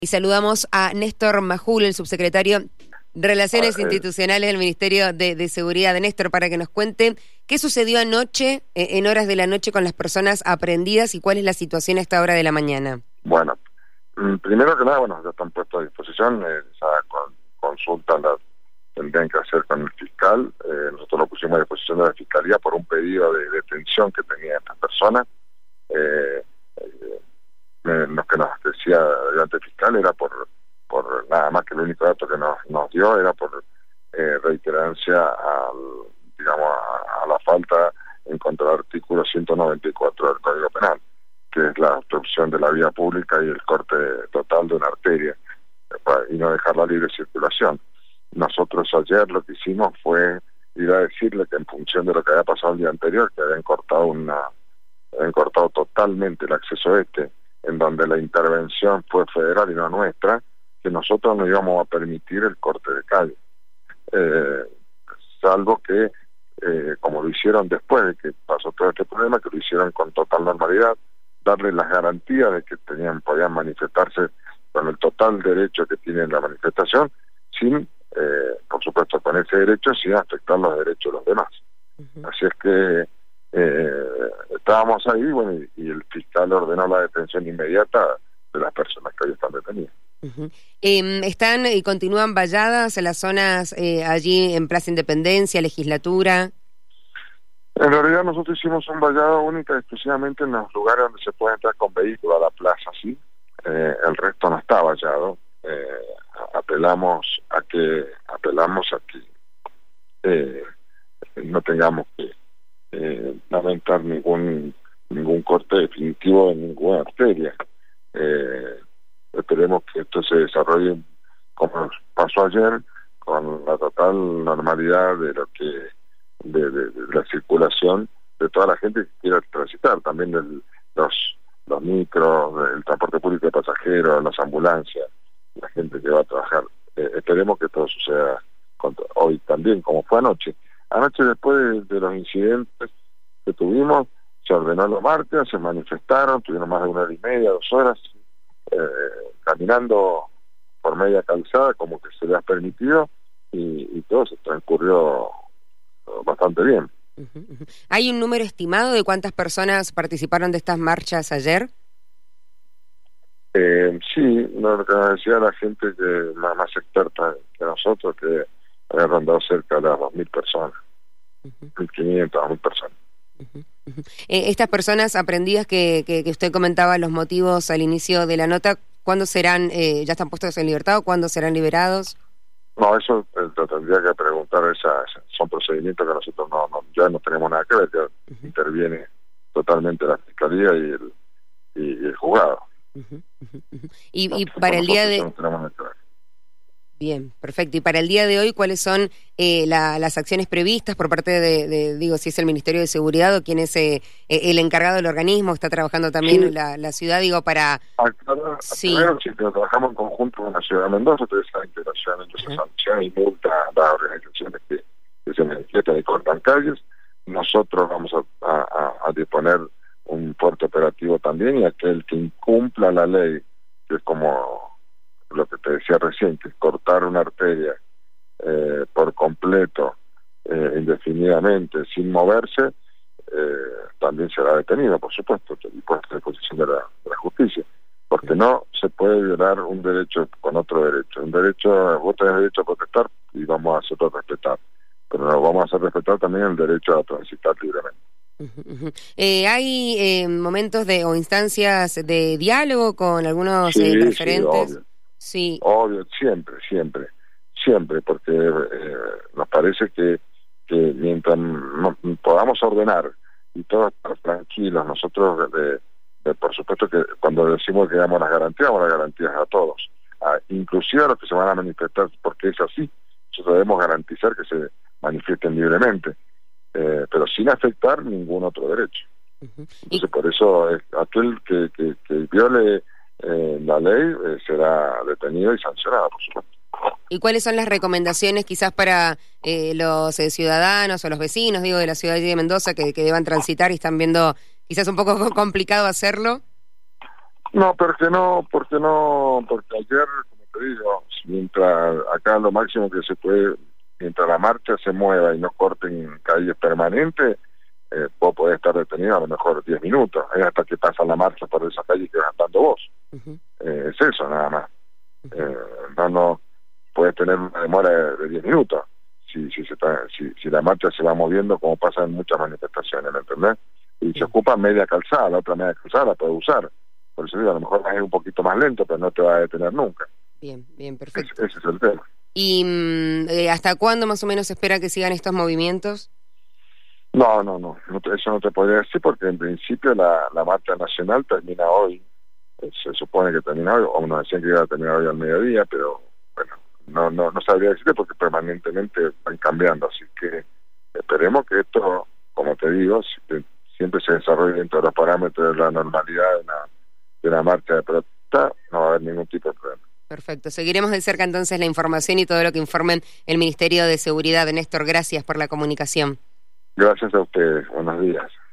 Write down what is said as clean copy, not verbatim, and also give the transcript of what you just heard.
Y saludamos a Néstor Majul, el subsecretario de Relaciones Institucionales del Ministerio de Seguridad. Néstor, para que nos cuente qué sucedió anoche, en horas de la noche, con las personas aprehendidas y cuál es la situación a esta hora de la mañana. Bueno, primero que nada, ya están puestos a disposición. Esa consulta la tendrían que hacer con el fiscal. Nosotros lo pusimos a disposición de la Fiscalía por un pedido de detención que tenía estas personas. Lo que nos decía delante el fiscal era por nada más, que el único dato que nos dio era por reiterancia a la falta en contra del artículo 194 del Código Penal, que es la obstrucción de la vía pública y el corte total de una arteria, y no dejar la libre circulación. Nosotros ayer lo que hicimos fue ir a decirle que en función de lo que había pasado el día anterior, que habían cortado totalmente el acceso en donde la intervención fue federal y no nuestra, que nosotros no íbamos a permitir el corte de calle, salvo que, como lo hicieron después de que pasó todo este problema, que lo hicieron con total normalidad, darle las garantías de que podían manifestarse con el total derecho que tienen la manifestación, sin, por supuesto, con ese derecho, sin afectar los derechos de los demás. Así es que estábamos ahí, y el fiscal ordenó la detención inmediata de las personas que hoy están detenidas. ¿Están y continúan valladas en las zonas allí en Plaza Independencia, Legislatura? En realidad nosotros hicimos un vallado única exclusivamente en los lugares donde se puede entrar con vehículo a la plaza, ¿sí? El resto no está vallado. Apelamos a que no tengamos que lamentar ningún corte definitivo de ninguna arteria. Esperemos que esto se desarrolle como pasó ayer, con la total normalidad de lo que de la circulación de toda la gente que quiera transitar, también los micros, el transporte público de pasajeros, las ambulancias, la gente que va a trabajar. Esperemos que todo suceda hoy también, como fue anoche. Anoche, después de los incidentes que tuvimos, se ordenó los martes, se manifestaron, tuvieron más de 1 hora y media, 2 horas, caminando por media calzada, como que se les ha permitido, y todo se transcurrió bastante bien. ¿Hay un número estimado de cuántas personas participaron de estas marchas ayer? Sí, lo que nos decía la gente que más experta que nosotros, que había rondado cerca de las 2.000 personas, 1.500, 2.000 personas. Estas personas aprendidas que usted comentaba los motivos al inicio de la nota, ¿cuándo serán, ya están puestos en libertad o cuándo serán liberados? No, eso lo tendría que preguntar. Son procedimientos que nosotros ya no tenemos nada que ver, ya interviene totalmente la Fiscalía y el juzgado. Y para el día de... Bien, perfecto. Y para el día de hoy, ¿cuáles son las acciones previstas por parte de si es el Ministerio de Seguridad o quién es el encargado del organismo? ¿Está trabajando también la ciudad, para...? Primero, trabajamos en conjunto con la ciudad de Mendoza, entonces la integración entre esa sanción y multa a las organizaciones que se manifiestan y cortan calles. Nosotros vamos a disponer un fuerte operativo también, y aquel que incumpla la ley, que es como lo que te decía recién, que cortar una arteria por completo, indefinidamente, sin moverse, también será detenido, por supuesto, y puesto a disposición de la justicia, porque no se puede violar un derecho con otro derecho. Un derecho, vos tenés derecho a protestar y vamos a hacerlo respetar, pero nos vamos a hacer respetar también el derecho a transitar libremente. ¿Hay momentos o instancias de diálogo con algunos referentes? Sí, obvio, siempre, porque nos parece que mientras podamos ordenar y todos estar tranquilos, nosotros, por supuesto que cuando decimos que damos las garantías a todos, inclusive a los que se van a manifestar, porque es así, nosotros debemos garantizar que se manifiesten libremente, pero sin afectar ningún otro derecho. Entonces, por eso aquel que viole la ley será detenido y sancionado, por supuesto. ¿Y cuáles son las recomendaciones quizás para los ciudadanos o los vecinos, de la ciudad de Mendoza que deban transitar y están viendo quizás un poco complicado hacerlo? No, porque ayer, como te digo, mientras acá lo máximo que se puede, mientras la marcha se mueva y no corten calles permanentes, vos podés estar detenido a lo mejor 10 minutos, hasta que pasa la marcha por esa calle que vas andando vos. Es eso, nada más. No puedes tener una demora de 10 minutos si la marcha se va moviendo, como pasa en muchas manifestaciones, ¿me entendés? Y se ocupa media calzada, la otra media calzada la puedes usar. Por eso digo, a lo mejor vas a ir un poquito más lento, pero no te va a detener nunca. Bien, perfecto. Ese es el tema. ¿Y hasta cuándo más o menos se espera que sigan estos movimientos? No, eso no te podría decir, porque en principio la marcha nacional termina hoy. Se supone que termina hoy, o nos decían que iba a terminar hoy al mediodía, pero bueno, no sabría decirte porque permanentemente van cambiando, así que esperemos que esto, como te digo, siempre se desarrolle dentro de los parámetros de la normalidad de una marcha de protesta, no va a haber ningún tipo de problema. Perfecto. Seguiremos de cerca entonces la información y todo lo que informen el Ministerio de Seguridad. Néstor, gracias por la comunicación. Gracias a ustedes. Buenos días.